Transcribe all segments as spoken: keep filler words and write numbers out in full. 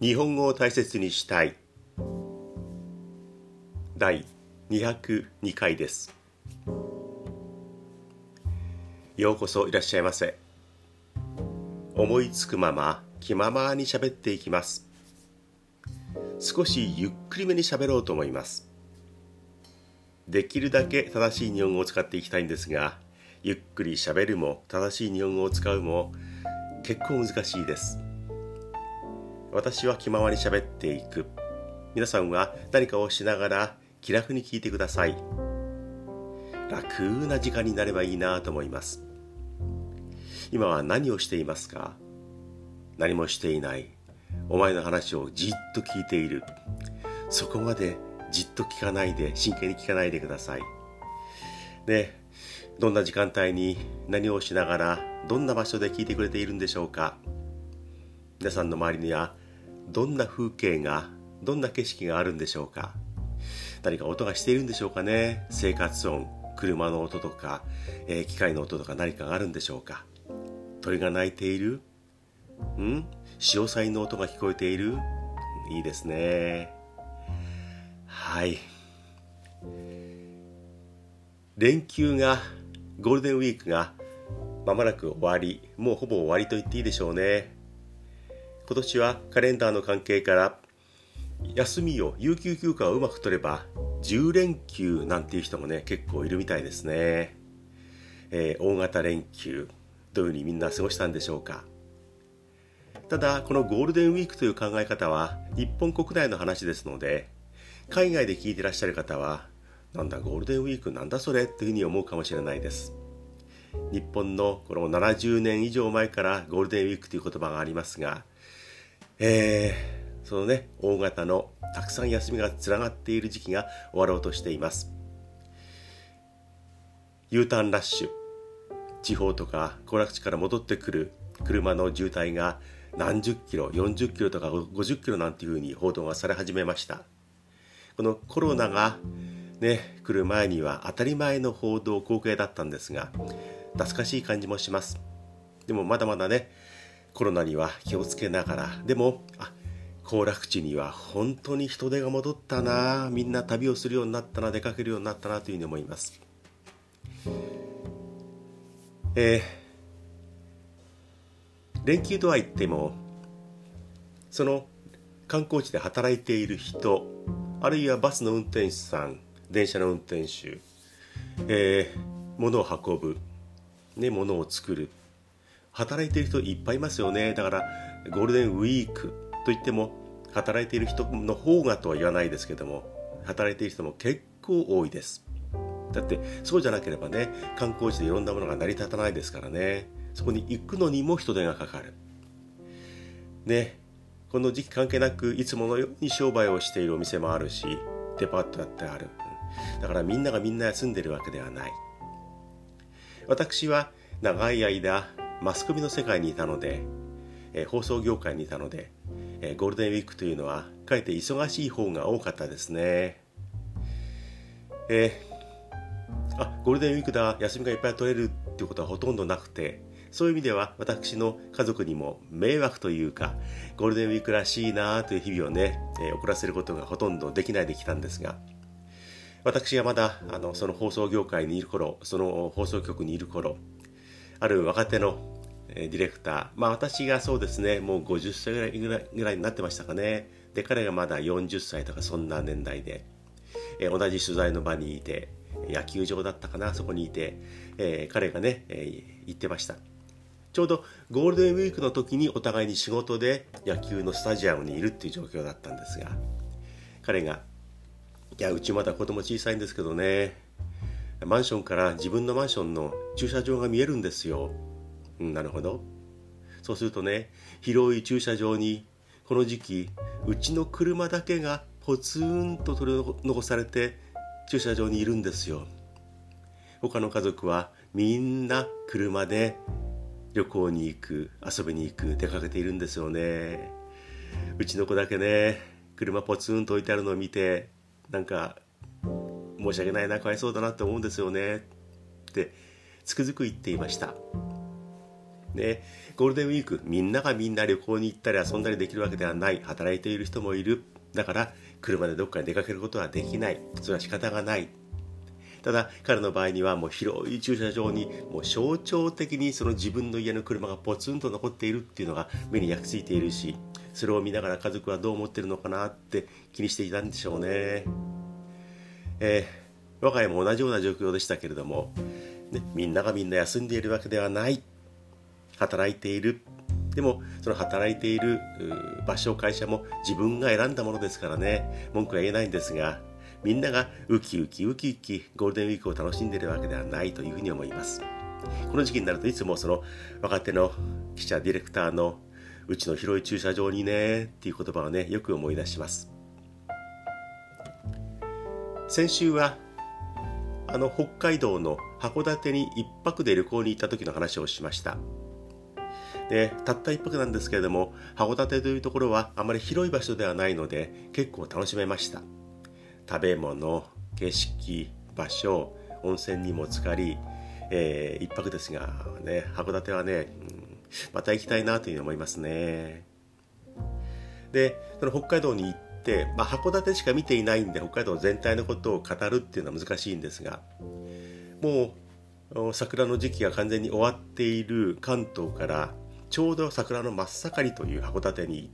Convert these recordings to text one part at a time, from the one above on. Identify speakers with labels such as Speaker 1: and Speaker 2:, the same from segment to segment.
Speaker 1: 日本語を大切にしたいだいにひゃくにかいです。ようこそいらっしゃいませ。思いつくまま気ままに喋っていきます。少しゆっくりめに喋ろうと思います。できるだけ正しい日本語を使っていきたいんですが、ゆっくり喋るも正しい日本語を使うも結構難しいです。私は気ままに喋っていく。皆さんは何かをしながら気楽に聞いてください。楽な時間になればいいなと思います。今は何をしていますか？何もしていない。お前の話をじっと聞いている。そこまでじっと聞かないで、真剣に聞かないでください。で、どんな時間帯に何をしながらどんな場所で聞いてくれているんでしょうか？皆さんの周りにはどんな風景が、どんな景色があるんでしょうか？何か音がしているんでしょうかね？生活音、車の音とか、えー、機械の音とか何かがあるんでしょうか？鳥が鳴いている？ん？潮騒の音が聞こえている？いいですね。はい。連休が、ゴールデンウィークがまもなく終わり、もうほぼ終わりと言っていいでしょうね。今年はカレンダーの関係から休みを、有給休暇をうまく取ればじゅうれんきゅうなんていう人もね結構いるみたいですね。えー、大型連休どういうふうにみんな過ごしたんでしょうか。ただこのゴールデンウィークという考え方は日本国内の話ですので、海外で聞いていらっしゃる方はなんだゴールデンウィークなんだそれっていうふうに思うかもしれないです。日本のこのななじゅうねん以上前からゴールデンウィークという言葉がありますが、えー、そのね大型のたくさん休みが連なっている時期が終わろうとしています。 U ターンラッシュ、地方とか行楽地から戻ってくる車の渋滞が何十キロ、よんじゅっキロとかごじゅっキロなんていうふうに報道がされ始めました。このコロナがね来る前には当たり前の報道光景だったんですが、懐かしい感じもします。でもまだまだねコロナには気をつけながら、でもあ行楽地には本当に人手が戻ったな、みんな旅をするようになったな、出かけるようになったなというふうに思います。えー、連休とは言ってもその観光地で働いている人、あるいはバスの運転手さん、電車の運転手、えー、物を運ぶ、ね、物を作る、働いている人いっぱいいますよね。だからゴールデンウィークといっても働いている人の方がとは言わないですけども、働いている人も結構多いです。だってそうじゃなければね観光地でいろんなものが成り立たないですからね。そこに行くのにも人手がかかるね。この時期関係なくいつものように商売をしているお店もあるし、デパートだってある。だからみんながみんな休んでるわけではない。私は長い間マスコミの世界にいたので、えー、放送業界にいたので、えー、ゴールデンウィークというのはかえって忙しい方が多かったですね。えー、あゴールデンウィークだ、休みがいっぱい取れるっていうことはほとんどなくて、そういう意味では私の家族にも迷惑というか、ゴールデンウィークらしいなという日々をね、えー、送らせることがほとんどできないできたんですが、私がまだあのその放送業界にいる頃、その放送局にいる頃、ある若手のディレクター、まあ私がそうですね、もうごじゅっさいぐらいぐらいぐらいになってましたかね。で、彼がまだよんじゅっさいとかそんな年代で、えー、同じ取材の場にいて、野球場だったかな、そこにいて、えー、彼がね、えー、言ってました。ちょうどゴールデンウィークの時にお互いに仕事で野球のスタジアムにいるっていう状況だったんですが、彼が、いや、うちまだ子供小さいんですけどね、マンションから自分のマンションの駐車場が見えるんですよ。うん、なるほど。そうするとね、広い駐車場にこの時期うちの車だけがポツンと取り残されて駐車場にいるんですよ。他の家族はみんな車で旅行に行く、遊びに行く、出かけているんですよね。うちの子だけね、車ポツンと置いてあるのを見て、なんか申し訳ないな、かわいそうだなって思うんですよねってつくづく言っていました。 ね、ゴールデンウィークみんながみんな旅行に行ったり遊んだりできるわけではない。働いている人もいる。だから車でどっかに出かけることはできない。それは仕方がない。ただ彼の場合にはもう広い駐車場にもう象徴的にその自分の家の車がポツンと残っているっていうのが目に焼き付いているし、それを見ながら家族はどう思っているのかなって気にしていたんでしょうね。えー、我が家も同じような状況でしたけれども、ね、みんながみんな休んでいるわけではない。働いている。でもその働いている場所会社も自分が選んだものですからね、文句は言えないんですが、みんながウキウキウキウキゴールデンウィークを楽しんでいるわけではないというふうに思います。この時期になるといつもその若手の記者ディレクターのうちの広い駐車場にねっていう言葉をねよく思い出します。先週はあの北海道の函館に一泊で旅行に行った時の話をしました。でたった一泊なんですけれども、函館というところはあまり広い場所ではないので結構楽しめました。食べ物、景色、場所、温泉にも浸かり、えー、一泊ですがね、函館はね、うん、また行きたいなというふうに思いますね。でその北海道に行って、まあ、函館しか見ていないんで北海道全体のことを語るっていうのは難しいんですが、もう桜の時期が完全に終わっている関東からちょうど桜の真っ盛りという函館に行って、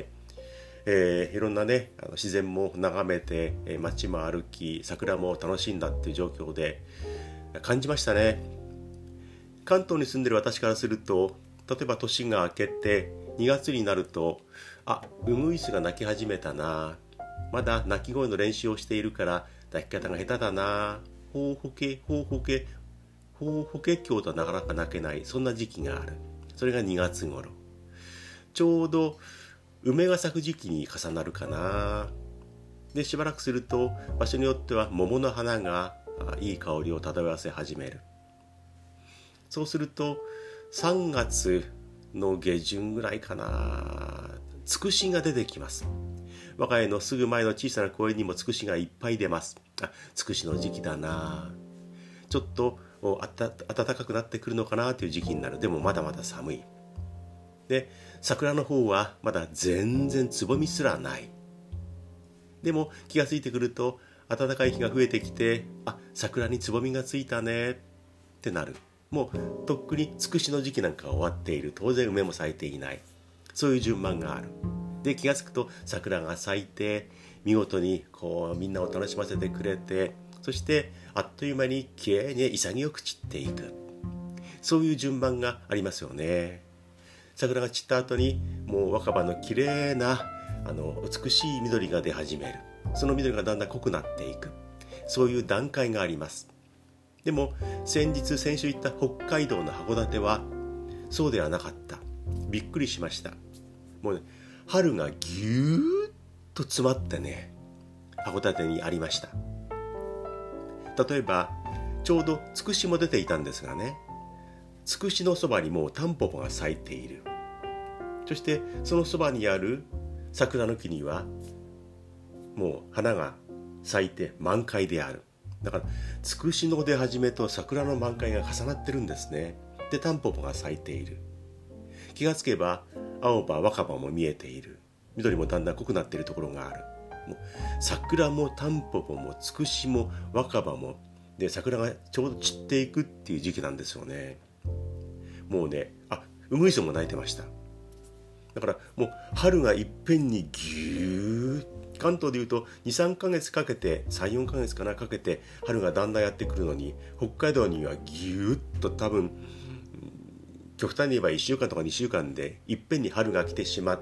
Speaker 1: えー、いろんなねあの自然も眺めて、えー、街も歩き桜も楽しんだっていう状況で感じましたね。関東に住んでる私からすると、例えば年が明けてにがつになると、あ、ウグイスが鳴き始めたな、まだ鳴き声の練習をしているから鳴き方が下手だな、ほうほけほうほけほうほけ今日とはなかなか鳴けない、そんな時期がある。それがにがつ頃、ちょうど梅が咲く時期に重なるかな。でしばらくすると場所によっては桃の花がいい香りを漂わせ始める。そうするとさんがつの下旬ぐらいかな、つくしが出てきます。我が家のすぐ前の小さな公園にもつくしがいっぱい出ます。あ、つくしの時期だな、ちょっとあた暖かくなってくるのかなという時期になる。でもまだまだ寒い。で桜の方はまだ全然つぼみすらない。でも気がついてくると暖かい日が増えてきて、あ、桜につぼみがついたねってなる。もうとっくにつくしの時期なんか終わっている。当然梅も咲いていない。そういう順番がある。で気がつくと桜が咲いて見事にこうみんなを楽しませてくれて、そしてあっという間にきれいに潔く散っていく。そういう順番がありますよね。桜が散った後にもう若葉のきれいなあの美しい緑が出始める。その緑がだんだん濃くなっていく。そういう段階があります。でも先日先週行った北海道の函館はそうではなかった。びっくりしました。もうね、春がぎゅーっと詰まってね、函館にありました。例えばちょうどつくしも出ていたんですがね、つくしのそばにもうタンポポが咲いている。そしてそのそばにある桜の木にはもう花が咲いて満開である。だからつくしの出始めと桜の満開が重なってるんですね。でタンポポが咲いている。気がつけば青葉若葉も見えている。緑もだんだん濃くなっているところがある。もう桜もタンポポもつくしも若葉もで桜がちょうど散っていくっていう時期なんですよね。もうね、あ、ウグイスも鳴いてました。だからもう春がいっぺんにぎゅー、関東でいうと にさんかげつかけてさんよんかげつかなかけて春がだんだんやってくるのに、北海道にはぎゅーっと多分極端に言えばいっしゅうかんとかにしゅうかんでいっぺんに春が来てしまって、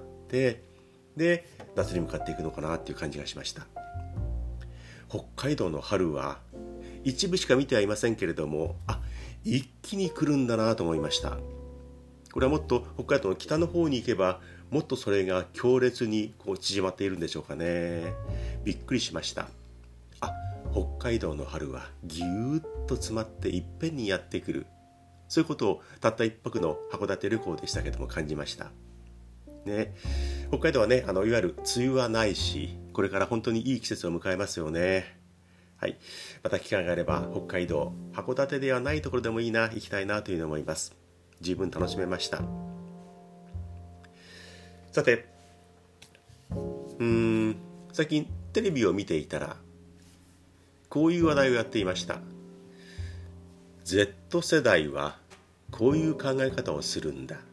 Speaker 1: で夏に向かっていくのかなっていう感じがしました。北海道の春は一部しか見てはいませんけれども、あ、一気に来るんだなと思いました。これはもっと北海道の北の方に行けばもっとそれが強烈にこう縮まっているんでしょうかね。びっくりしました。あ、北海道の春はぎゅーっと詰まっていっぺんにやってくる。そういうことをたった一泊の函館旅行でしたけども感じましたね。北海道はね、あのいわゆる梅雨はないし、これから本当にいい季節を迎えますよね。はい、また機会があれば北海道函館ではないところでもいいな、行きたいなというふうに思います。 十分楽しめました。さて、うーん最近テレビを見ていたらこういう話題をやっていました。 Z 世代はこういう考え方をするんだ。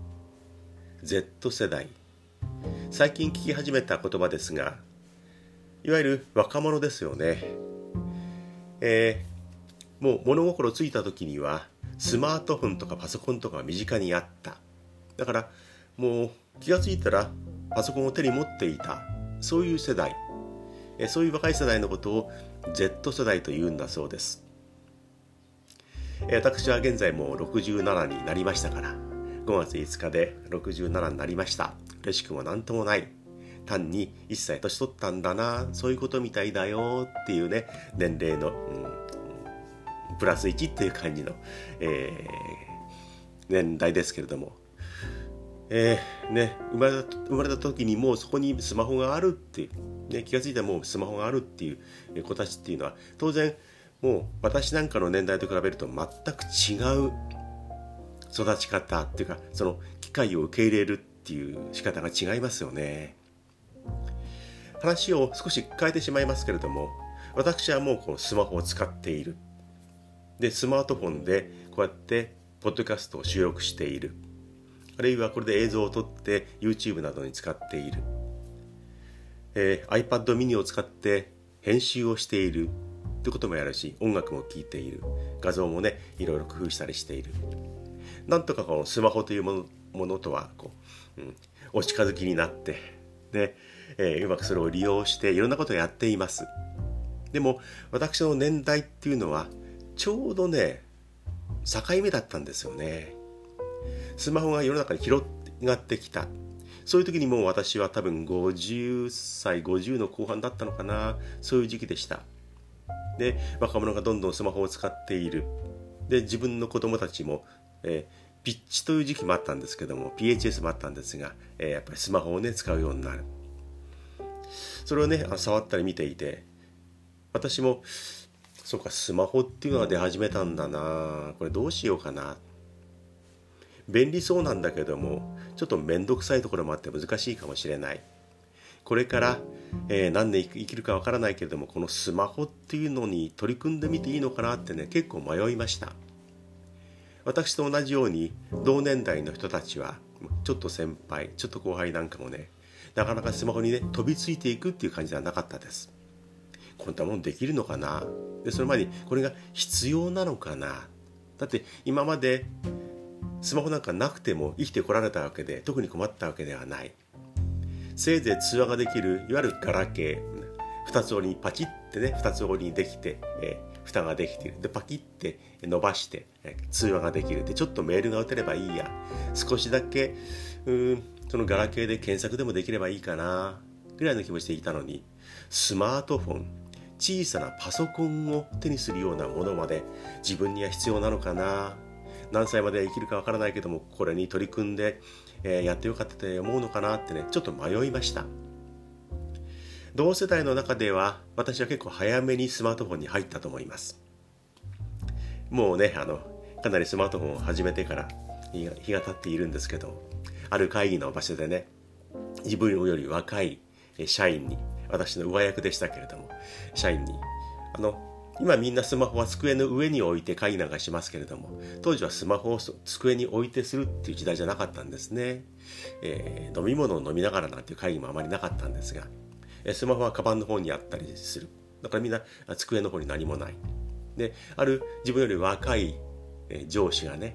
Speaker 1: Z 世代、最近聞き始めた言葉ですが、いわゆる若者ですよね。えー、もう物心ついた時にはスマートフォンとかパソコンとかが身近にあった。だからもう気がついたらパソコンを手に持っていた、そういう世代、えそういう若い世代のことを Z 世代というんだそうです。え私は現在もうろくじゅうななになりましたから、ごがついつかでろくじゅうななになりました。嬉しくもなんともない、単にいっさい年取ったんだな、そういうことみたいだよっていうね、年齢の、うん、プラスいちっていう感じの、えー、年代ですけれども、えーね、生まれた、生まれた時にもうそこにスマホがあるっていう、ね、気がついたらもうスマホがあるっていう子たちっていうのは、当然もう私なんかの年代と比べると全く違う育ち方っていうか、その機会を受け入れるっていう仕方が違いますよね。話を少し変えてしまいますけれども、私はもうこのスマホを使っている。で、スマートフォンでこうやってポッドキャストを収録している。あるいはこれで映像を撮って YouTube などに使っている。えー、iPad mini を使って編集をしているということもやるし、音楽も聴いている。画像もね、いろいろ工夫したりしている。なんとかこのスマホというもの、ものとはこう、うん、お近づきになって、で、えー、うまくそれを利用していろんなことをやっています。でも私の年代っていうのはちょうどね、境目だったんですよね。スマホが世の中に広がってきた。そういう時にもう私は多分ごじゅっさい、ごじゅうの後半だったのかな。そういう時期でした。で、若者がどんどんスマホを使っている。で、自分の子供たちも、えー、ピッチという時期もあったんですけども、ピーエイチエス もあったんですが、えー、やっぱりスマホをね、使うようになる。それをね、触ったり見ていて、私もそうか、スマホっていうのが出始めたんだな、これどうしようかな。便利そうなんだけどもちょっと面倒くさいところもあって難しいかもしれない。これから、えー、何年生きるかわからないけれども、このスマホっていうのに取り組んでみていいのかなってね、結構迷いました。私と同じように同年代の人たちは、ちょっと先輩、ちょっと後輩なんかもね、なかなかスマホにね飛びついていくっていう感じではなかったです。こんなもんできるのかな、でそれまでにこれが必要なのかな。だって今までスマホなんかなくても生きてこられたわけで、特に困ったわけではない。せいぜい通話ができるいわゆるガラケー、二つ折りにパチってね、二つ折りにできて、えー、蓋ができている。でパキって伸ばして、えー、通話ができる。でちょっとメールが打てればいいや、少しだけうーんそのガラケーで検索でもできればいいかなぐらいの気持ちでいたのに、スマートフォン、小さなパソコンを手にするようなものまで自分には必要なのかな。何歳まで生きるかわからないけども、これに取り組んで、えー、やってよかったって思うのかなってね、ちょっと迷いました。同世代の中では私は結構早めにスマートフォンに入ったと思います。もうね、あのかなりスマートフォンを始めてから日が、日が経っているんですけど、ある会議の場所でね、自分より若い社員に、私の上役でしたけれども、社員に、あの今みんなスマホは机の上に置いて会議なんかしますけれども、当時はスマホを机に置いてするっていう時代じゃなかったんですね。えー、飲み物を飲みながらなんていう会議もあまりなかったんですが、スマホはカバンの方にあったりする。だからみんな机の方に何もない。で、ある自分より若い上司がね、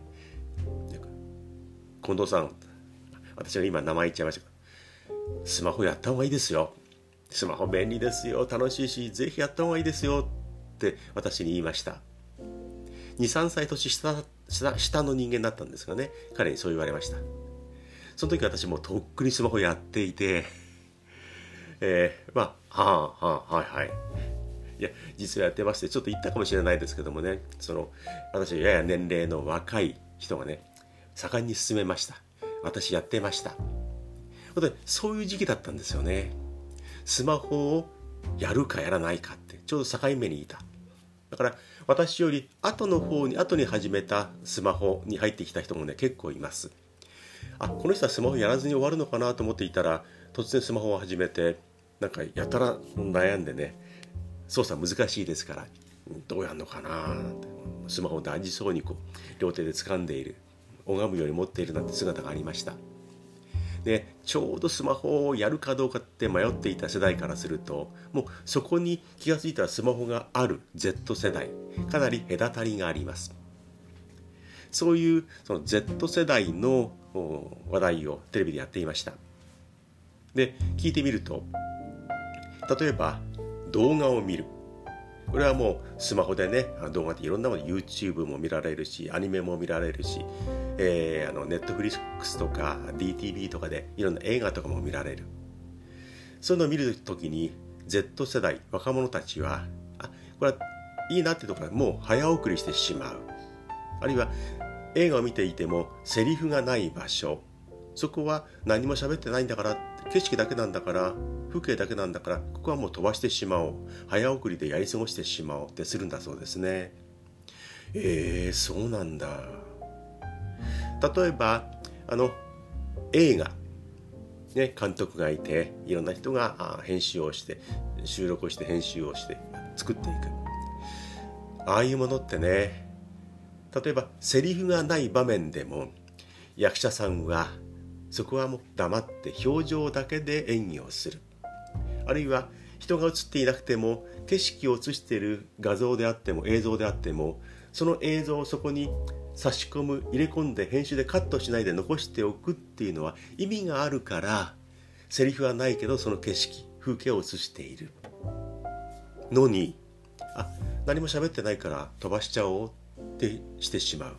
Speaker 1: 近藤さん、私は今名前言っちゃいましたけど、スマホやった方がいいですよ。スマホ便利ですよ。楽しいし、ぜひやった方がいいですよって私に言いました。に、さんさい年 下, 下, 下の人間だったんですがね、彼にそう言われました。その時私もとっくにスマホやっていて、えー、まあ、はあ、はあ、はいはい。いや、実はやってまして、ちょっと言ったかもしれないですけどもね、その、私やや年齢の若い人がね、盛んに勧めました。私やってました。そういう時期だったんですよね。スマホをやるかやらないかって、ちょうど境目にいた。 だから私より後の方に後に始めたスマホに入ってきた人もね結構います。あ、この人はスマホやらずに終わるのかなと思っていたら、突然スマホを始めてなんかやたら悩んでね、操作難しいですからどうやるのかななんて、スマホを大事そうにこう両手で掴んでいる、拝むように持っているなんて姿がありました。でちょうどスマホをやるかどうかって迷っていた世代からすると、もうそこに気がついたらスマホがある Z 世代、かなり隔たりがあります。そういうその Z 世代の話題をテレビでやっていました。で聞いてみると、例えば動画を見る、これはもうスマホでね、動画っていろんなもの YouTube も見られるし、アニメも見られるし、えー、あの Netflix とか ディーティービー とかでいろんな映画とかも見られる。そういうのを見るときに Z 世代、若者たちはあこれはいいなってところはもう早送りしてしまう。あるいは映画を見ていてもセリフがない場所、そこは何も喋ってないんだから、景色だけなんだから、風景だけなんだから、ここはもう飛ばしてしまおう、早送りでやり過ごしてしまおうってするんだそうですね。えー、そうなんだ。例えばあの映画、ね、監督がいていろんな人が編集をして収録をして編集をして作っていく。ああいうものってね、例えばセリフがない場面でも役者さんはそこはもう黙って表情だけで演技をする。あるいは人が映っていなくても景色を映している画像であっても映像であっても、その映像をそこに差し込む、入れ込んで編集でカットしないで残しておくっていうのは意味があるから、セリフはないけどその景色、風景を映しているのに、あ、何も喋ってないから飛ばしちゃおうってしてしまう。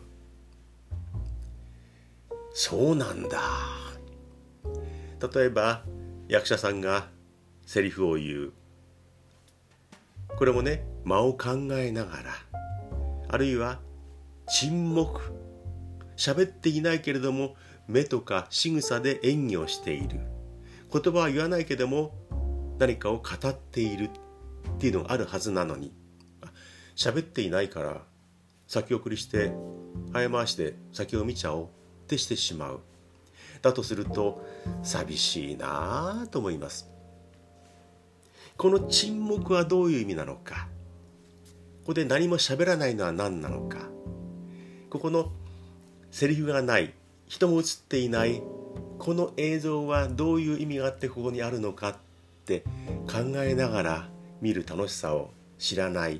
Speaker 1: そうなんだ。例えば役者さんがセリフを言う、これもね間を考えながら、あるいは沈黙、喋っていないけれども目とか仕草で演技をしている、言葉は言わないけれども何かを語っているっていうのがあるはずなのに、喋っていないから先送りして早回しで先を見ちゃおうってしてしまう。だとすると寂しいなと思います。この沈黙はどういう意味なのか、ここで何も喋らないのは何なのか、ここのセリフがない、人も映っていない、この映像はどういう意味があってここにあるのかって考えながら見る楽しさを知らない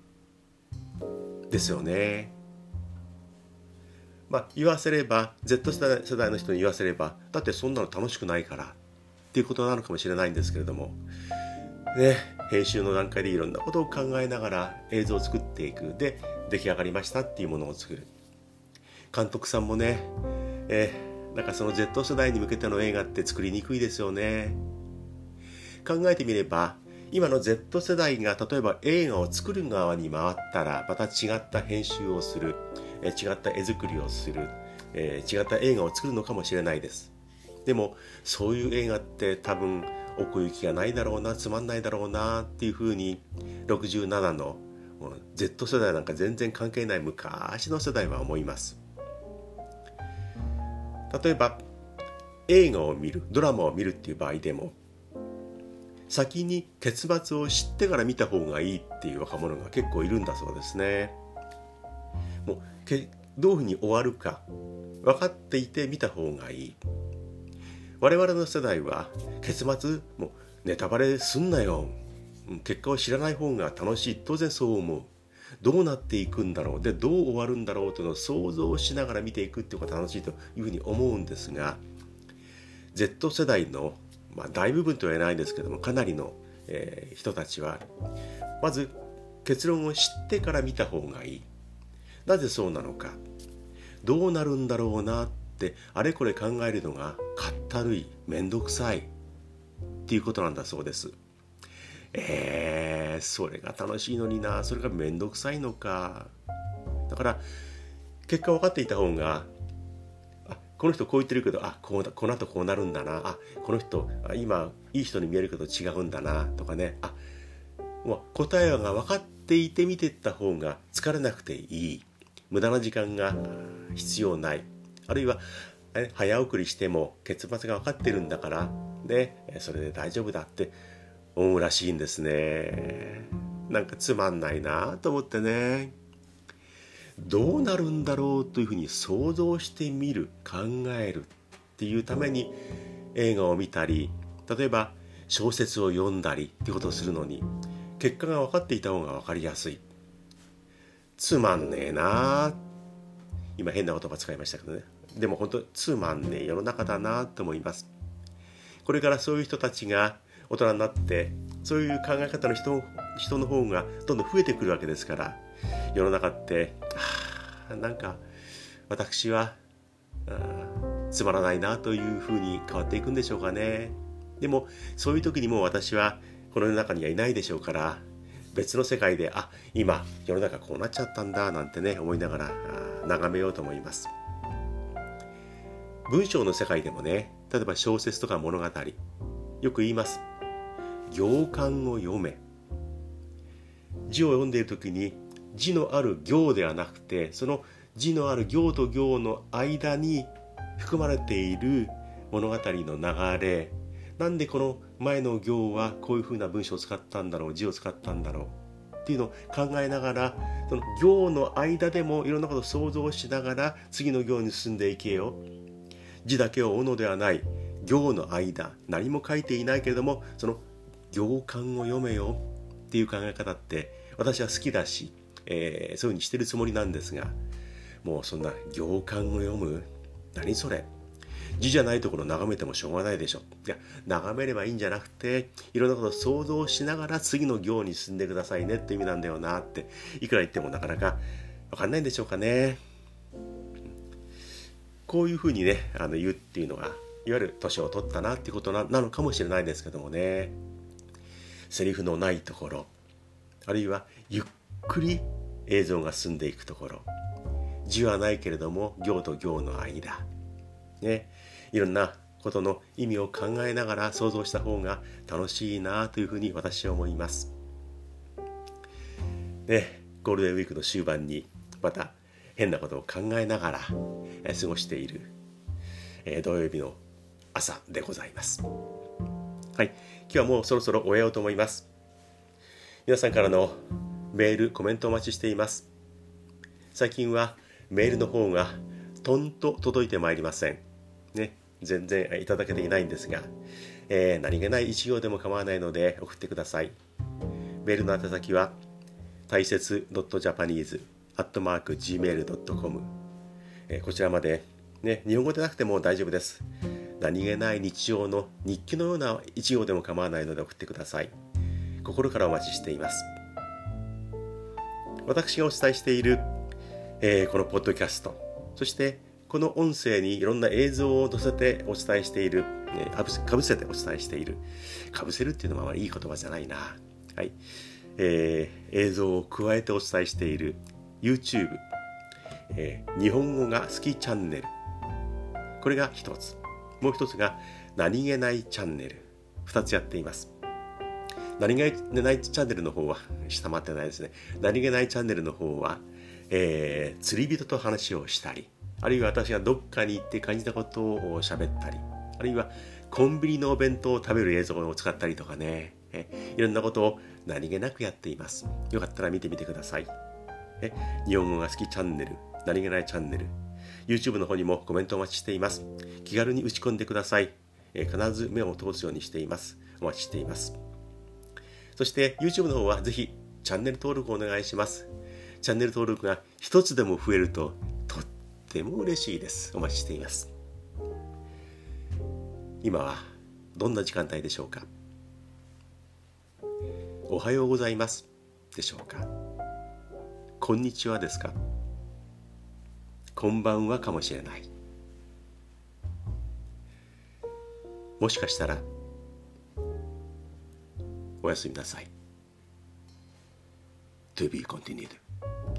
Speaker 1: ですよね。まあ言わせれば Z 世代、世代の人に言わせれば、だってそんなの楽しくないからっていうことなのかもしれないんですけれどもね、編集の段階でいろんなことを考えながら映像を作っていく。で出来上がりましたっていうものを作る。監督さんもね、えー、なんかその Z 世代に向けての映画って作りにくいですよね。考えてみれば今の Z 世代が例えば映画を作る側に回ったらまた違った編集をする、えー、違った絵作りをする、えー、違った映画を作るのかもしれないです。でもそういう映画って多分奥行きがないだろうな、つまんないだろうなっていうふうにろくじゅうななの Z 世代なんか全然関係ない昔の世代は思います。例えば映画を見る、ドラマを見るっていう場合でも先に結末を知ってから見た方がいいっていう若者が結構いるんだそうですね。もうけどういうふうに終わるか分かっていて見た方がいい。我々の世代は結末もうネタバレすんなよ、結果を知らない方が楽しい、当然そう思う。どうなっていくんだろう、でどう終わるんだろうというのを想像しながら見ていくっていうことが楽しいというふうに思うんですが、 Z 世代の、まあ、大部分とは言えないんですけどもかなりの、えー、人たちはまず結論を知ってから見た方がいい。なぜそうなのか、どうなるんだろうなってあれこれ考えるのがかったるい、めんどくさいっていうことなんだそうです。えー、それが楽しいのにな、それがめんどくさいのか。だから結果分かっていた方が、あ、この人こう言ってるけど、あ、こうだ、この後こうなるんだな、あ、この人今いい人に見えるけど違うんだなとかね、あ、もう答えが分かってっていて見ていった方が疲れなくていい、無駄な時間が必要ない、あるいは早送りしても結末が分かってるんだからでそれで大丈夫だって思うらしいんですね。なんかつまんないなと思ってね、どうなるんだろうというふうに想像してみる、考えるっていうために映画を見たり、例えば小説を読んだりってことをするのに、結果が分かっていた方が分かりやすい。つまんねえな、今変な言葉使いましたけどね、でも本当つまんねえ世の中だなと思います。これからそういう人たちが大人になってそういう考え方の人、人の方がどんどん増えてくるわけですから、世の中ってはあなんか私はつまらないなというふうに変わっていくんでしょうかね。でもそういう時にも私はこの世の中にはいないでしょうから、別の世界であ今世の中こうなっちゃったんだなんてね思いながら眺めようと思います。文章の世界でもね、例えば小説とか物語、よく言います。行間を読め。字を読んでいる時に字のある行ではなくて、その字のある行と行の間に含まれている物語の流れ、なんでこの前の行はこういうふうな文章を使ったんだろう、字を使ったんだろうっていうのを考えながら、その行の間でもいろんなことを想像しながら次の行に進んでいけよ。字だけを追うのではない、行の間、何も書いていないけれどもその行間を読めよっていう考え方って私は好きだし、えー、そういうふうにしてるつもりなんですが、もうそんな行間を読む、何それ、字じゃないところを眺めてもしょうがないでしょ。いや、眺めればいいんじゃなくて、いろんなことを想像しながら次の行に進んでくださいねって意味なんだよなって、いくら言ってもなかなか分かんないんでしょうかね。こういうふうにねあの言うっていうのが、いわゆる年を取ったなっていうことなのかもしれないですけどもね、セリフのないところ、あるいはゆっくり映像が進んでいくところ、字はないけれども行と行の間ね、いろんなことの意味を考えながら想像した方が楽しいなというふうに私は思いますね。ゴールデンウィークの終盤にまた変なことを考えながら過ごしている土曜日の朝でございます。はい、今日はもうそろそろ終えようと思います。皆さんからのメール、コメントお待ちしています。最近はメールの方がとんと届いてまいりませんね、全然いただけていないんですが、えー、何気ない一行でも構わないので送ってください。メールの宛先は大切 .japanese アットマーク ジーメール ドットコム、えー、こちらまで、ね、日本語でなくても大丈夫です。何気ない日常の日記のような一行でも構わないので送ってください。心からお待ちしています。私がお伝えしている、えー、このポッドキャスト、そしてこの音声にいろんな映像を載せてお伝えしている、えー、かぶせてお伝えしている、かぶせるっていうのはあまりいい言葉じゃないな、はいえー、映像を加えてお伝えしている YouTube、えー、日本語が好きチャンネル、これが一つ、もう一つが何気ないチャンネル、二つやっています。何気ないチャンネルの方は下回ってないですね。何気ないチャンネルの方は、えー、釣り人と話をしたり、あるいは私がどっかに行って感じたことを喋ったり、あるいはコンビニのお弁当を食べる映像を使ったりとかね、えいろんなことを何気なくやっています。よかったら見てみてください。え日本語が好きチャンネル、何気ないチャンネル、YouTube の方にもコメントお待ちしています。気軽に打ち込んでください。え必ず目を通すようにしています。お待ちしています。そして YouTube の方はぜひチャンネル登録をお願いします。チャンネル登録が一つでも増えるととっても嬉しいです。お待ちしています。今はどんな時間帯でしょうか。おはようございますでしょうか。こんにちはですか。こんばんはかもしれない。もしかしたらおやすみなさい。To be continued.